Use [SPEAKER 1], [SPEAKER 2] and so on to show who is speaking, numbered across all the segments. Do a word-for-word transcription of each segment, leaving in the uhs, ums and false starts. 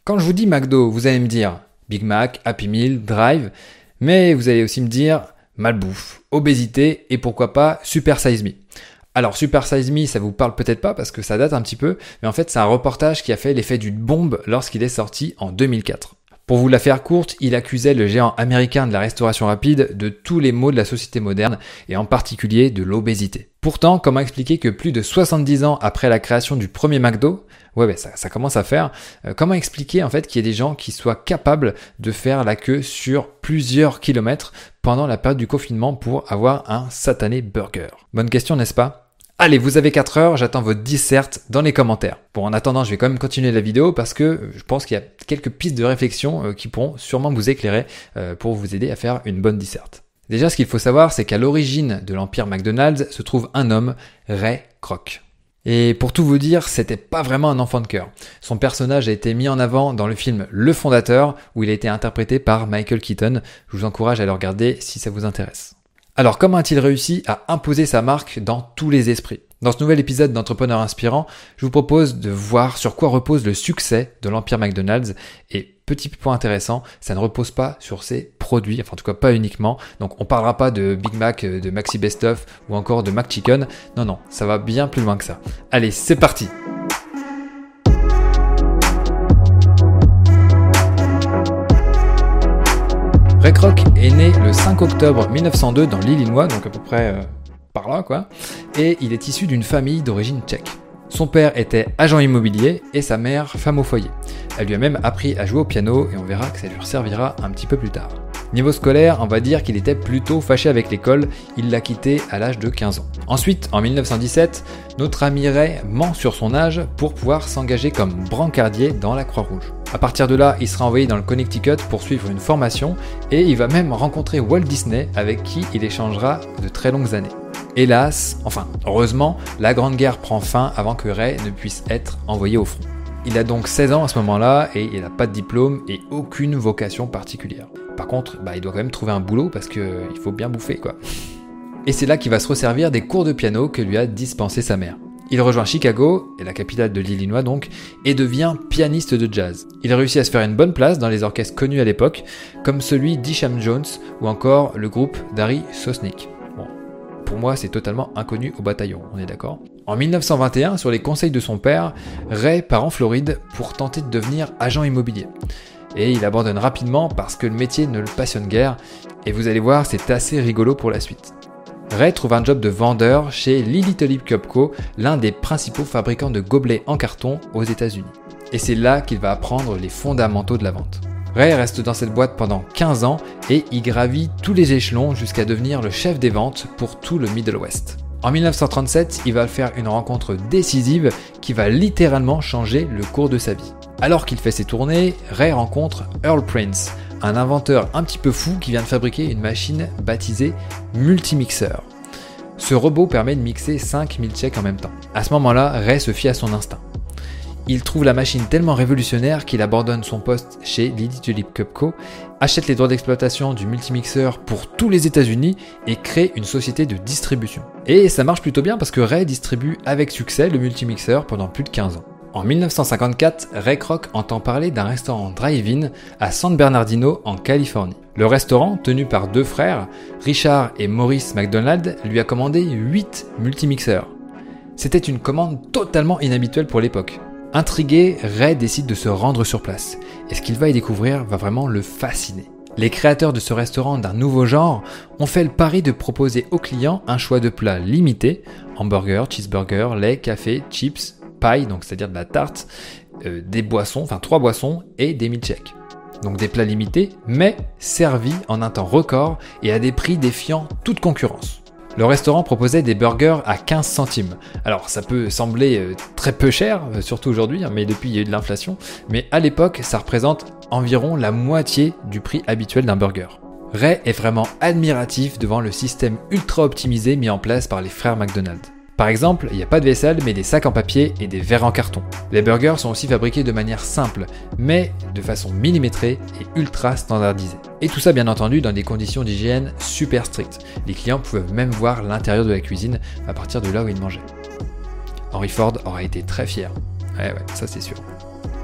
[SPEAKER 1] Quand je vous dis McDo, vous allez me dire Big Mac, Happy Meal, Drive, mais vous allez aussi me dire malbouffe, obésité et pourquoi pas Super Size Me. Alors Super Size Me, ça vous parle peut-être pas parce que ça date un petit peu, mais en fait c'est un reportage qui a fait l'effet d'une bombe lorsqu'il est sorti en deux mille quatre. Pour vous la faire courte, il accusait le géant américain de la restauration rapide de tous les maux de la société moderne et en particulier de l'obésité. Pourtant, comment expliquer que plus de soixante-dix ans après la création du premier McDo, ouais, ouais ça, ça commence à faire, euh, comment expliquer en fait qu'il y ait des gens qui soient capables de faire la queue sur plusieurs kilomètres pendant la période du confinement pour avoir un satané burger? Bonne question, n'est-ce pas? Allez, vous avez quatre heures, j'attends votre disserte dans les commentaires. Bon, en attendant, je vais quand même continuer la vidéo parce que je pense qu'il y a quelques pistes de réflexion qui pourront sûrement vous éclairer pour vous aider à faire une bonne disserte. Déjà, ce qu'il faut savoir, c'est qu'à l'origine de l'empire McDonald's se trouve un homme, Ray Kroc. Et pour tout vous dire, c'était pas vraiment un enfant de cœur. Son personnage a été mis en avant dans le film Le Fondateur, où il a été interprété par Michael Keaton. Je vous encourage à le regarder si ça vous intéresse. Alors, comment a-t-il réussi à imposer sa marque dans tous les esprits? Dans ce nouvel épisode d'Entrepreneurs Inspirants, je vous propose de voir sur quoi repose le succès de l'empire McDonald's. Et petit point intéressant, ça ne repose pas sur ses produits, enfin en tout cas pas uniquement. Donc on parlera pas de Big Mac, de Maxi Best Of ou encore de McChicken. Non, non, ça va bien plus loin que ça. Allez, c'est parti! Ray Kroc est né le cinq octobre mille neuf cent deux dans l'Illinois, donc à peu près euh, par là quoi, et il est issu d'une famille d'origine tchèque. Son père était agent immobilier et sa mère femme au foyer. Elle lui a même appris à jouer au piano et on verra que ça lui servira un petit peu plus tard. Niveau scolaire, on va dire qu'il était plutôt fâché avec l'école, il l'a quitté à l'âge de quinze ans. Ensuite, en mille neuf cent dix-sept, notre ami Ray ment sur son âge pour pouvoir s'engager comme brancardier dans la Croix-Rouge. À partir de là, il sera envoyé dans le Connecticut pour suivre une formation et il va même rencontrer Walt Disney avec qui il échangera de très longues années. Hélas, enfin heureusement, la Grande Guerre prend fin avant que Ray ne puisse être envoyé au front. Il a donc seize ans à ce moment-là et il n'a pas de diplôme et aucune vocation particulière. Par contre, bah, il doit quand même trouver un boulot parce qu'il faut bien bouffer quoi. Et c'est là qu'il va se resservir des cours de piano que lui a dispensé sa mère. Il rejoint Chicago, et la capitale de l'Illinois donc, et devient pianiste de jazz. Il réussit à se faire une bonne place dans les orchestres connus à l'époque, comme celui d'Isham Jones ou encore le groupe d'Harry Sosnick. Bon, pour moi c'est totalement inconnu au bataillon, on est d'accord? En mille neuf cent vingt et un, sur les conseils de son père, Ray part en Floride pour tenter de devenir agent immobilier. Et il abandonne rapidement parce que le métier ne le passionne guère, et vous allez voir, c'est assez rigolo pour la suite. Ray trouve un job de vendeur chez Lily Tulip Cup Co, l'un des principaux fabricants de gobelets en carton aux États-Unis. Et c'est là qu'il va apprendre les fondamentaux de la vente. Ray reste dans cette boîte pendant quinze ans et y gravit tous les échelons jusqu'à devenir le chef des ventes pour tout le Middle West. En mille neuf cent trente-sept, il va faire une rencontre décisive qui va littéralement changer le cours de sa vie. Alors qu'il fait ses tournées, Ray rencontre Earl Prince, un inventeur un petit peu fou qui vient de fabriquer une machine baptisée Multimixer. Ce robot permet de mixer cinq mille checks en même temps. À ce moment-là, Ray se fie à son instinct. Il trouve la machine tellement révolutionnaire qu'il abandonne son poste chez Lily Tulip Cup Co, achète les droits d'exploitation du Multimixer pour tous les États-Unis et crée une société de distribution. Et ça marche plutôt bien parce que Ray distribue avec succès le Multimixer pendant plus de quinze ans. En mille neuf cent cinquante-quatre, Ray Kroc entend parler d'un restaurant drive-in à San Bernardino en Californie. Le restaurant, tenu par deux frères, Richard et Maurice McDonald, lui a commandé huit multimixeurs. C'était une commande totalement inhabituelle pour l'époque. Intrigué, Ray décide de se rendre sur place. Et ce qu'il va y découvrir va vraiment le fasciner. Les créateurs de ce restaurant d'un nouveau genre ont fait le pari de proposer aux clients un choix de plats limité, hamburger, cheeseburger, lait, café, chips, paille, donc c'est-à-dire de la tarte, euh, des boissons, enfin trois boissons et des milkshakes. Donc des plats limités, mais servis en un temps record et à des prix défiant toute concurrence. Le restaurant proposait des burgers à quinze centimes. Alors ça peut sembler euh, très peu cher, euh, surtout aujourd'hui, hein, mais depuis il y a eu de l'inflation, mais à l'époque ça représente environ la moitié du prix habituel d'un burger. Ray est vraiment admiratif devant le système ultra optimisé mis en place par les frères McDonald. Par exemple, il n'y a pas de vaisselle mais des sacs en papier et des verres en carton. Les burgers sont aussi fabriqués de manière simple, mais de façon millimétrée et ultra standardisée. Et tout ça bien entendu dans des conditions d'hygiène super strictes. Les clients pouvaient même voir l'intérieur de la cuisine à partir de là où ils mangeaient. Henry Ford aurait été très fier. Ouais ouais, ça c'est sûr.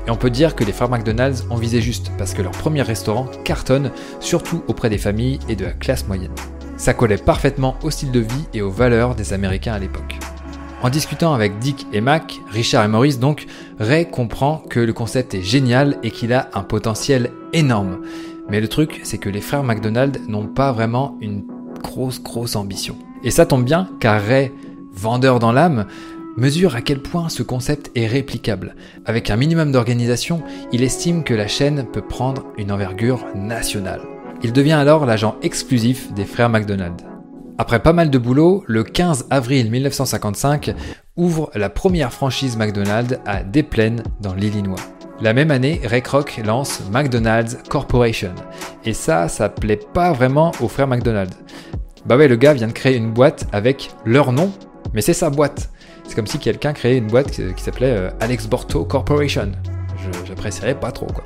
[SPEAKER 1] Et on peut dire que les frères McDonald's ont visé juste, parce que leur premier restaurant cartonne, surtout auprès des familles et de la classe moyenne. Ça collait parfaitement au style de vie et aux valeurs des Américains à l'époque. En discutant avec Dick et Mac, Richard et Maurice donc, Ray comprend que le concept est génial et qu'il a un potentiel énorme. Mais le truc, c'est que les frères McDonald n'ont pas vraiment une grosse grosse ambition. Et ça tombe bien, car Ray, vendeur dans l'âme, mesure à quel point ce concept est réplicable. Avec un minimum d'organisation, il estime que la chaîne peut prendre une envergure nationale. Il devient alors l'agent exclusif des frères McDonald. Après pas mal de boulot, le quinze avril mille neuf cent cinquante-cinq ouvre la première franchise McDonald's à Des Plaines dans l'Illinois. La même année, Ray Kroc lance McDonald's Corporation. Et ça, ça plaît pas vraiment aux frères McDonald. Bah ouais, le gars vient de créer une boîte avec leur nom, mais c'est sa boîte. C'est comme si quelqu'un créait une boîte qui s'appelait euh, Alex Borto Corporation. Je, j'apprécierais pas trop, quoi.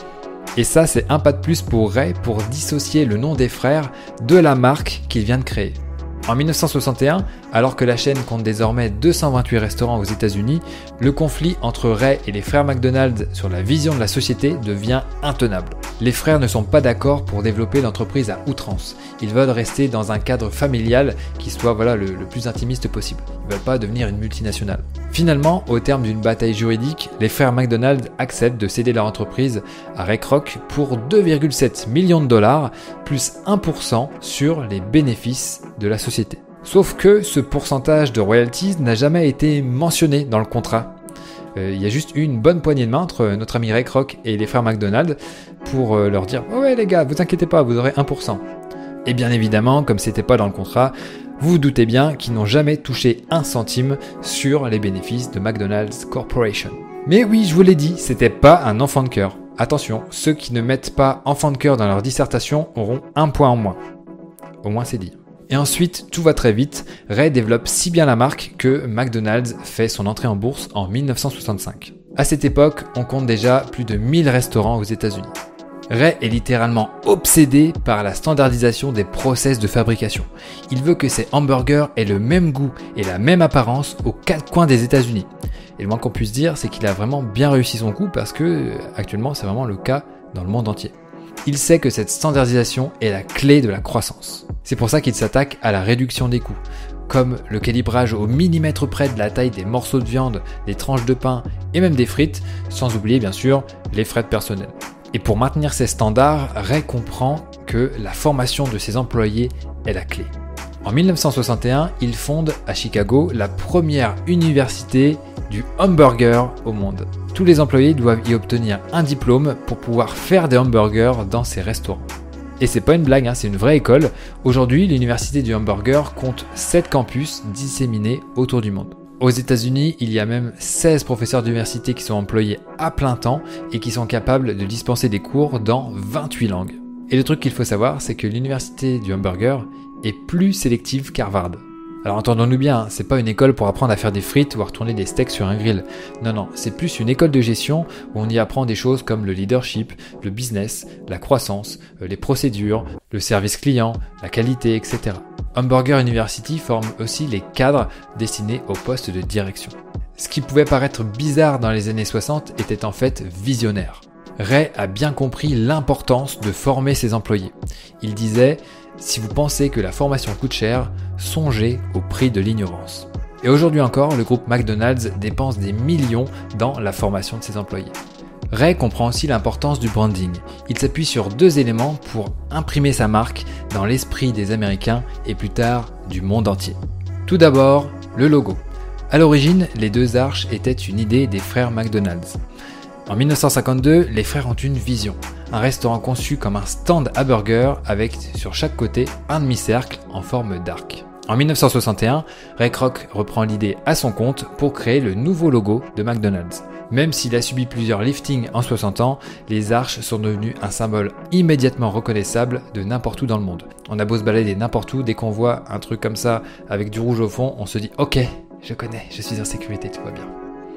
[SPEAKER 1] Et ça, c'est un pas de plus pour Ray pour dissocier le nom des frères de la marque qu'il vient de créer. En mille neuf cent soixante et un, alors que la chaîne compte désormais deux cent vingt-huit restaurants aux États-Unis, le conflit entre Ray et les frères McDonald sur la vision de la société devient intenable. Les frères ne sont pas d'accord pour développer l'entreprise à outrance. Ils veulent rester dans un cadre familial qui soit voilà, le, le plus intimiste possible. Ils ne veulent pas devenir une multinationale. Finalement, au terme d'une bataille juridique, les frères McDonald acceptent de céder leur entreprise à Ray Kroc pour deux virgule sept millions de dollars, plus un pour cent sur les bénéfices de la société. Sauf que ce pourcentage de royalties n'a jamais été mentionné dans le contrat. Euh, il y a juste eu une bonne poignée de main entre notre ami Ray Kroc et les frères McDonald pour euh, leur dire « Ouais les gars, vous inquiétez pas, vous aurez un pour cent ». Et bien évidemment, comme c'était pas dans le contrat, vous vous doutez bien qu'ils n'ont jamais touché un centime sur les bénéfices de McDonald's Corporation. Mais oui, je vous l'ai dit, c'était pas un enfant de cœur. Attention, ceux qui ne mettent pas enfant de cœur dans leur dissertation auront un point en moins. Au moins c'est dit. Et ensuite, tout va très vite. Ray développe si bien la marque que McDonald's fait son entrée en bourse en mille neuf cent soixante-cinq. À cette époque, on compte déjà plus de mille restaurants aux États-Unis. Ray est littéralement obsédé par la standardisation des process de fabrication. Il veut que ses hamburgers aient le même goût et la même apparence aux quatre coins des États-Unis. Et le moins qu'on puisse dire, c'est qu'il a vraiment bien réussi son coup parce que actuellement, c'est vraiment le cas dans le monde entier. Il sait que cette standardisation est la clé de la croissance. C'est pour ça qu'il s'attaque à la réduction des coûts, comme le calibrage au millimètre près de la taille des morceaux de viande, des tranches de pain et même des frites, sans oublier bien sûr les frais de personnel. Et pour maintenir ces standards, Ray comprend que la formation de ses employés est la clé. En mille neuf cent soixante et un, il fonde à Chicago la première université du hamburger au monde. Tous les employés doivent y obtenir un diplôme pour pouvoir faire des hamburgers dans ses restaurants. Et c'est pas une blague, hein, c'est une vraie école. Aujourd'hui, l'université du hamburger compte sept campus disséminés autour du monde. Aux États-Unis, il y a même seize professeurs d'université qui sont employés à plein temps et qui sont capables de dispenser des cours dans vingt-huit langues. Et le truc qu'il faut savoir, c'est que l'université du hamburger est plus sélective qu'Harvard. Alors entendons-nous bien, hein, c'est pas une école pour apprendre à faire des frites ou à retourner des steaks sur un grill. Non, non, c'est plus une école de gestion où on y apprend des choses comme le leadership, le business, la croissance, les procédures, le service client, la qualité, et cetera. Hamburger University forme aussi les cadres destinés au poste de direction. Ce qui pouvait paraître bizarre dans les années soixante était en fait visionnaire. Ray a bien compris l'importance de former ses employés. Il disait « Si vous pensez que la formation coûte cher, songez au prix de l'ignorance ». Et aujourd'hui encore, le groupe McDonald's dépense des millions dans la formation de ses employés. Ray comprend aussi l'importance du branding. Il s'appuie sur deux éléments pour imprimer sa marque dans l'esprit des Américains et plus tard du monde entier. Tout d'abord, le logo. À l'origine, les deux arches étaient une idée des frères McDonald's. En mille neuf cent cinquante-deux, les frères ont une vision. Un restaurant conçu comme un stand à burger avec sur chaque côté un demi-cercle en forme d'arc. En mille neuf cent soixante et un, Ray Kroc reprend l'idée à son compte pour créer le nouveau logo de McDonald's. Même s'il a subi plusieurs liftings en soixante ans, les arches sont devenues un symbole immédiatement reconnaissable de n'importe où dans le monde. On a beau se balader n'importe où, dès qu'on voit un truc comme ça avec du rouge au fond, on se dit « Ok, je connais, je suis en sécurité, tout va bien.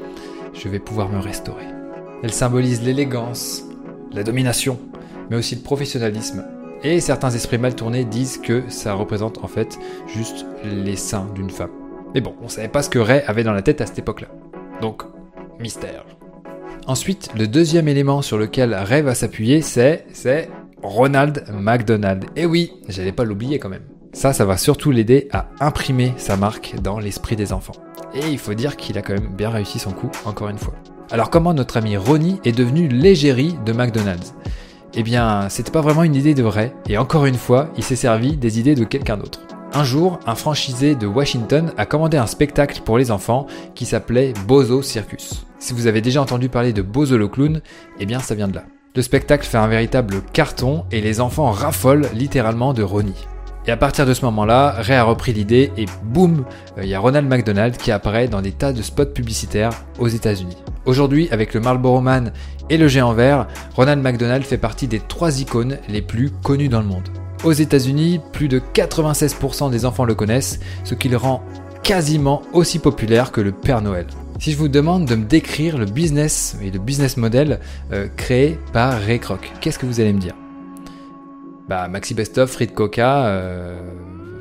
[SPEAKER 1] Je vais pouvoir me restaurer ». Elle symbolise l'élégance, la domination, mais aussi le professionnalisme. Et certains esprits mal tournés disent que ça représente en fait juste les seins d'une femme. Mais bon, on savait pas ce que Ray avait dans la tête à cette époque-là. Donc, mystère. Ensuite, le deuxième élément sur lequel Ray va s'appuyer, c'est, c'est Ronald McDonald. Et oui, j'allais pas l'oublier quand même. Ça, ça va surtout l'aider à imprimer sa marque dans l'esprit des enfants. Et il faut dire qu'il a quand même bien réussi son coup, encore une fois. Alors comment notre ami Ronnie est devenu l'égérie de McDonald's ? Eh bien, c'était pas vraiment une idée de Ray, et encore une fois, il s'est servi des idées de quelqu'un d'autre. Un jour, un franchisé de Washington a commandé un spectacle pour les enfants qui s'appelait Bozo Circus. Si vous avez déjà entendu parler de Bozo le clown, eh bien ça vient de là. Le spectacle fait un véritable carton et les enfants raffolent littéralement de Ronnie. Et à partir de ce moment-là, Ray a repris l'idée et boum, il y a Ronald McDonald qui apparaît dans des tas de spots publicitaires aux États-Unis. Aujourd'hui, avec le Marlboro Man et le géant vert, Ronald McDonald fait partie des trois icônes les plus connues dans le monde. Aux États-Unis, plus de quatre-vingt-seize pour cent des enfants le connaissent, ce qui le rend quasiment aussi populaire que le Père Noël. Si je vous demande de me décrire le business et le business model euh, créé par Ray Kroc, qu'est-ce que vous allez me dire ? Bah, Maxi Best-of, frites Coca, euh, Sunday ?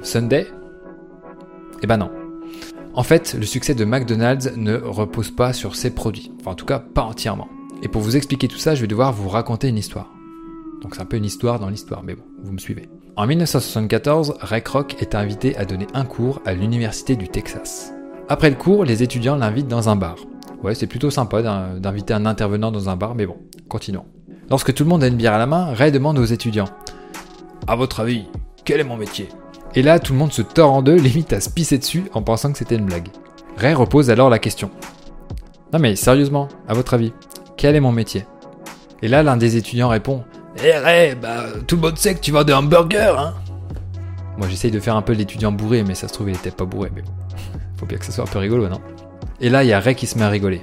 [SPEAKER 1] Eh ben non. En fait, le succès de McDonald's ne repose pas sur ses produits. Enfin, en tout cas, pas entièrement. Et pour vous expliquer tout ça, je vais devoir vous raconter une histoire. Donc c'est un peu une histoire dans l'histoire, mais bon, vous me suivez. En dix-neuf cent soixante-quatorze, Ray Kroc est invité à donner un cours à l'université du Texas. Après le cours, les étudiants l'invitent dans un bar. Ouais, c'est plutôt sympa d'inviter un intervenant dans un bar, mais bon, continuons. Lorsque tout le monde a une bière à la main, Ray demande aux étudiants « À votre avis, quel est mon métier ?» Et là, tout le monde se tord en deux, limite à se pisser dessus en pensant que c'était une blague. Ray repose alors la question. « Non mais sérieusement, à votre avis, quel est mon métier ?» Et là, l'un des étudiants répond « Eh Ray, bah tout le monde sait que tu vends des hamburgers, hein ?» Moi j'essaye de faire un peu l'étudiant bourré, mais ça se trouve il était pas bourré, mais bon. Faut bien que ça soit un peu rigolo, non ? Et là, il y a Ray qui se met à rigoler.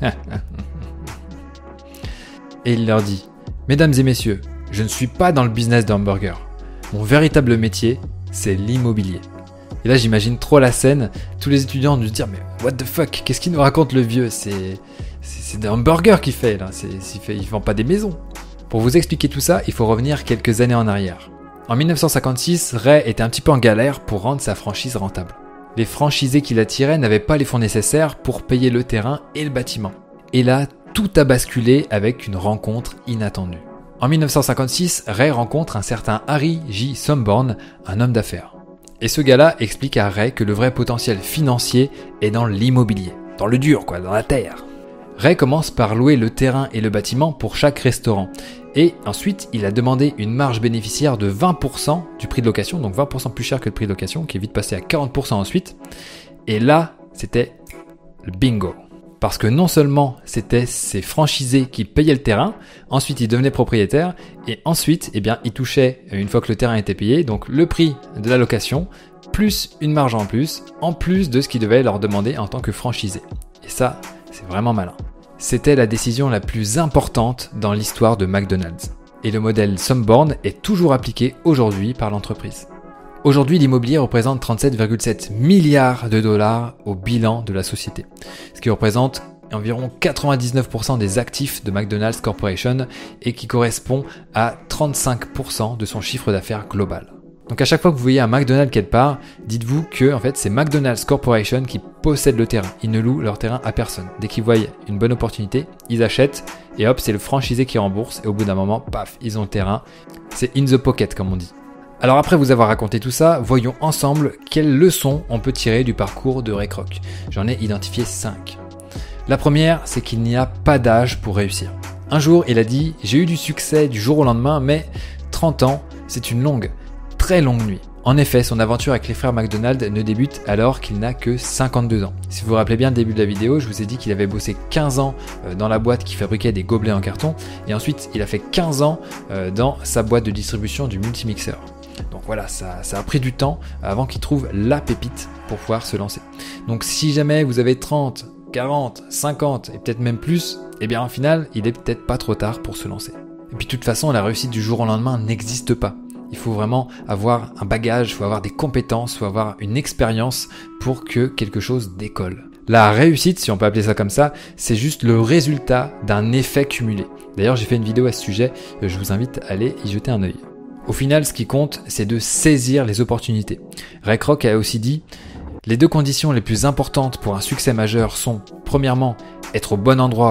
[SPEAKER 1] Et il leur dit « Mesdames et messieurs, je ne suis pas dans le business d'hamburgers. Mon véritable métier, c'est l'immobilier. » Et là, j'imagine trop la scène. Tous les étudiants ont dû se dire « Mais what the fuck, qu'est-ce qu'il nous raconte le vieux ? C'est, c'est, c'est des hamburgers qu'il fait, là. C'est, il fait, il vend pas des maisons. » Pour vous expliquer tout ça, il faut revenir quelques années en arrière. En dix-neuf cent cinquante-six, Ray était un petit peu en galère pour rendre sa franchise rentable. Les franchisés qui l'attiraient n'avaient pas les fonds nécessaires pour payer le terrain et le bâtiment. Et là, tout a basculé avec une rencontre inattendue. En dix-neuf cent cinquante-six, Ray rencontre un certain Harry J. Somborn, un homme d'affaires. Et ce gars-là explique à Ray que le vrai potentiel financier est dans l'immobilier. Dans le dur, quoi, dans la terre. Ray commence par louer le terrain et le bâtiment pour chaque restaurant. Et ensuite, il a demandé une marge bénéficiaire de vingt pour cent du prix de location, donc vingt pour cent plus cher que le prix de location, qui est vite passé à quarante pour cent ensuite. Et là, c'était le bingo. Parce que non seulement c'était ses franchisés qui payaient le terrain, ensuite ils devenaient propriétaires, et ensuite, eh bien, ils touchaient, une fois que le terrain était payé, donc le prix de la location, plus une marge en plus, en plus de ce qu'ils devaient leur demander en tant que franchisés. Et ça, c'est vraiment malin. C'était la décision la plus importante dans l'histoire de McDonald's. Et le modèle Somborn est toujours appliqué aujourd'hui par l'entreprise. Aujourd'hui, l'immobilier représente trente-sept virgule sept milliards de dollars au bilan de la société, ce qui représente environ quatre-vingt-dix-neuf pour cent des actifs de McDonald's Corporation et qui correspond à trente-cinq pour cent de son chiffre d'affaires global. Donc à chaque fois que vous voyez un McDonald's quelque part, dites-vous que en fait c'est McDonald's Corporation qui possède le terrain. Ils ne louent leur terrain à personne. Dès qu'ils voient une bonne opportunité, ils achètent et hop, c'est le franchisé qui rembourse et au bout d'un moment, paf, ils ont le terrain. C'est in the pocket comme on dit. Alors après vous avoir raconté tout ça, voyons ensemble quelles leçons on peut tirer du parcours de Ray Kroc. J'en ai identifié cinq. La première, c'est qu'il n'y a pas d'âge pour réussir. Un jour, il a dit « J'ai eu du succès du jour au lendemain, mais trente ans, c'est une longue, très longue nuit. » En effet, son aventure avec les frères McDonald ne débute alors qu'il n'a que cinquante-deux ans. Si vous vous rappelez bien le début de la vidéo, je vous ai dit qu'il avait bossé quinze ans dans la boîte qui fabriquait des gobelets en carton, et ensuite il a fait quinze ans dans sa boîte de distribution du multimixeur. Donc voilà, ça, ça a pris du temps avant qu'il trouve la pépite pour pouvoir se lancer. Donc si jamais vous avez trente, quarante, cinquante et peut-être même plus, eh bien au final, il est peut-être pas trop tard pour se lancer. Et puis de toute façon, la réussite du jour au lendemain n'existe pas. Il faut vraiment avoir un bagage, il faut avoir des compétences, il faut avoir une expérience pour que quelque chose décolle. La réussite, si on peut appeler ça comme ça, c'est juste le résultat d'un effet cumulé. D'ailleurs, j'ai fait une vidéo à ce sujet, je vous invite à aller y jeter un œil. Au final, ce qui compte, c'est de saisir les opportunités. Ray Kroc a aussi dit « Les deux conditions les plus importantes pour un succès majeur sont, premièrement, être au bon endroit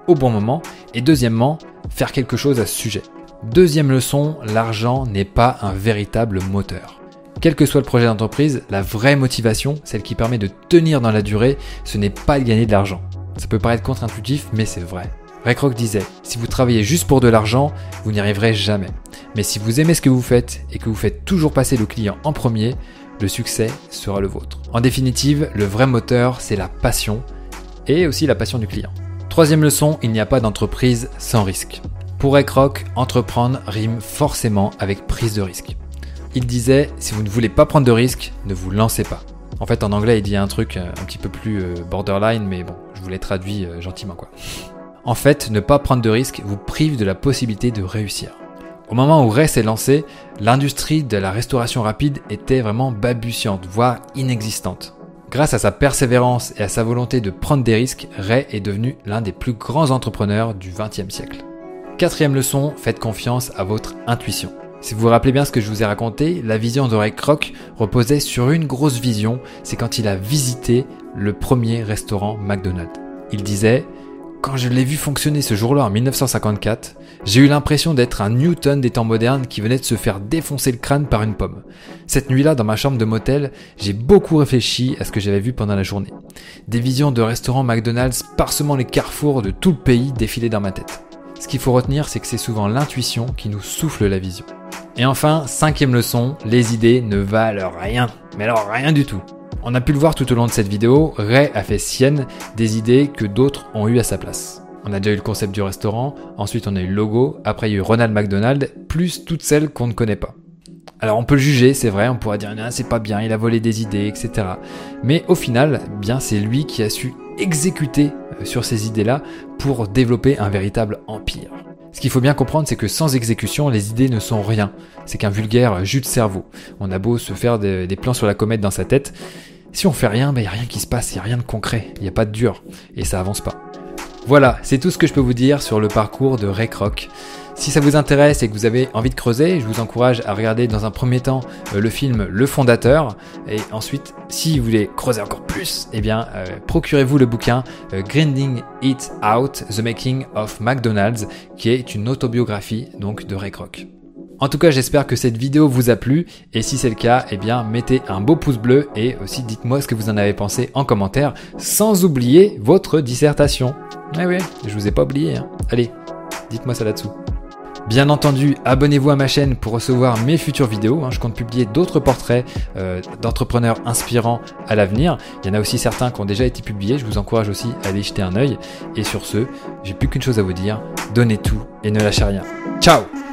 [SPEAKER 1] au bon moment. Et deuxièmement, faire quelque chose à ce sujet. Deuxième leçon, l'argent n'est pas un véritable moteur. Quel que soit le projet d'entreprise, la vraie motivation, celle qui permet de tenir dans la durée, ce n'est pas de gagner de l'argent. Ça peut paraître contre-intuitif, mais c'est vrai. Ray Kroc disait, si vous travaillez juste pour de l'argent, vous n'y arriverez jamais. Mais si vous aimez ce que vous faites et que vous faites toujours passer le client en premier, le succès sera le vôtre. En définitive, le vrai moteur, c'est la passion et aussi la passion du client. Troisième leçon, il n'y a pas d'entreprise sans risque. Pour Ray Kroc, entreprendre rime forcément avec prise de risque. Il disait, si vous ne voulez pas prendre de risques, ne vous lancez pas. En fait, en anglais, il dit un truc un petit peu plus borderline, mais bon, je vous l'ai traduit gentiment quoi. En fait, ne pas prendre de risques vous prive de la possibilité de réussir. Au moment où Ray s'est lancé, l'industrie de la restauration rapide était vraiment balbutiante, voire inexistante. Grâce à sa persévérance et à sa volonté de prendre des risques, Ray est devenu l'un des plus grands entrepreneurs du vingtième siècle. Quatrième leçon, faites confiance à votre intuition. Si vous vous rappelez bien ce que je vous ai raconté, la vision de Ray Kroc reposait sur une grosse vision, c'est quand il a visité le premier restaurant McDonald's. Il disait « Quand je l'ai vu fonctionner ce jour-là en mille neuf cent cinquante-quatre, j'ai eu l'impression d'être un Newton des temps modernes qui venait de se faire défoncer le crâne par une pomme. Cette nuit-là, dans ma chambre de motel, j'ai beaucoup réfléchi à ce que j'avais vu pendant la journée. Des visions de restaurants McDonald's parsemant les carrefours de tout le pays défilaient dans ma tête. Ce qu'il faut retenir, c'est que c'est souvent l'intuition qui nous souffle la vision. » Et enfin, cinquième leçon, les idées ne valent rien. Mais alors rien du tout. On a pu le voir tout au long de cette vidéo, Ray a fait sienne des idées que d'autres ont eues à sa place. On a déjà eu le concept du restaurant, ensuite on a eu le logo, après il y a eu Ronald McDonald, plus toutes celles qu'on ne connaît pas. Alors on peut le juger, c'est vrai, on pourrait dire ah, c'est pas bien, il a volé des idées, et cetera. Mais au final, bien c'est lui qui a su exécuter sur ces idées-là pour développer un véritable empire. Ce qu'il faut bien comprendre, c'est que sans exécution, les idées ne sont rien. C'est qu'un vulgaire jus de cerveau. On a beau se faire des, des plans sur la comète dans sa tête, si on fait rien, il n'y a rien qui se passe, il n'y a rien de concret, il n'y a pas de dur, et ça avance pas. Voilà, c'est tout ce que je peux vous dire sur le parcours de Ray Kroc. Si ça vous intéresse et que vous avez envie de creuser, je vous encourage à regarder dans un premier temps euh, le film Le Fondateur. Et ensuite, si vous voulez creuser encore plus, eh bien, euh, procurez-vous le bouquin euh, Grinding It Out, The Making of McDonald's, qui est une autobiographie donc de Ray Kroc. En tout cas, j'espère que cette vidéo vous a plu et si c'est le cas, eh bien, mettez un beau pouce bleu et aussi dites-moi ce que vous en avez pensé en commentaire, sans oublier votre dissertation. Eh oui, je vous ai pas oublié, hein. Allez, dites-moi ça là-dessous. Bien entendu, abonnez-vous à ma chaîne pour recevoir mes futures vidéos. Je compte publier d'autres portraits euh, d'entrepreneurs inspirants à l'avenir. Il y en a aussi certains qui ont déjà été publiés. Je vous encourage aussi à aller jeter un œil. Et sur ce, j'ai plus qu'une chose à vous dire. Donnez tout et ne lâchez rien. Ciao!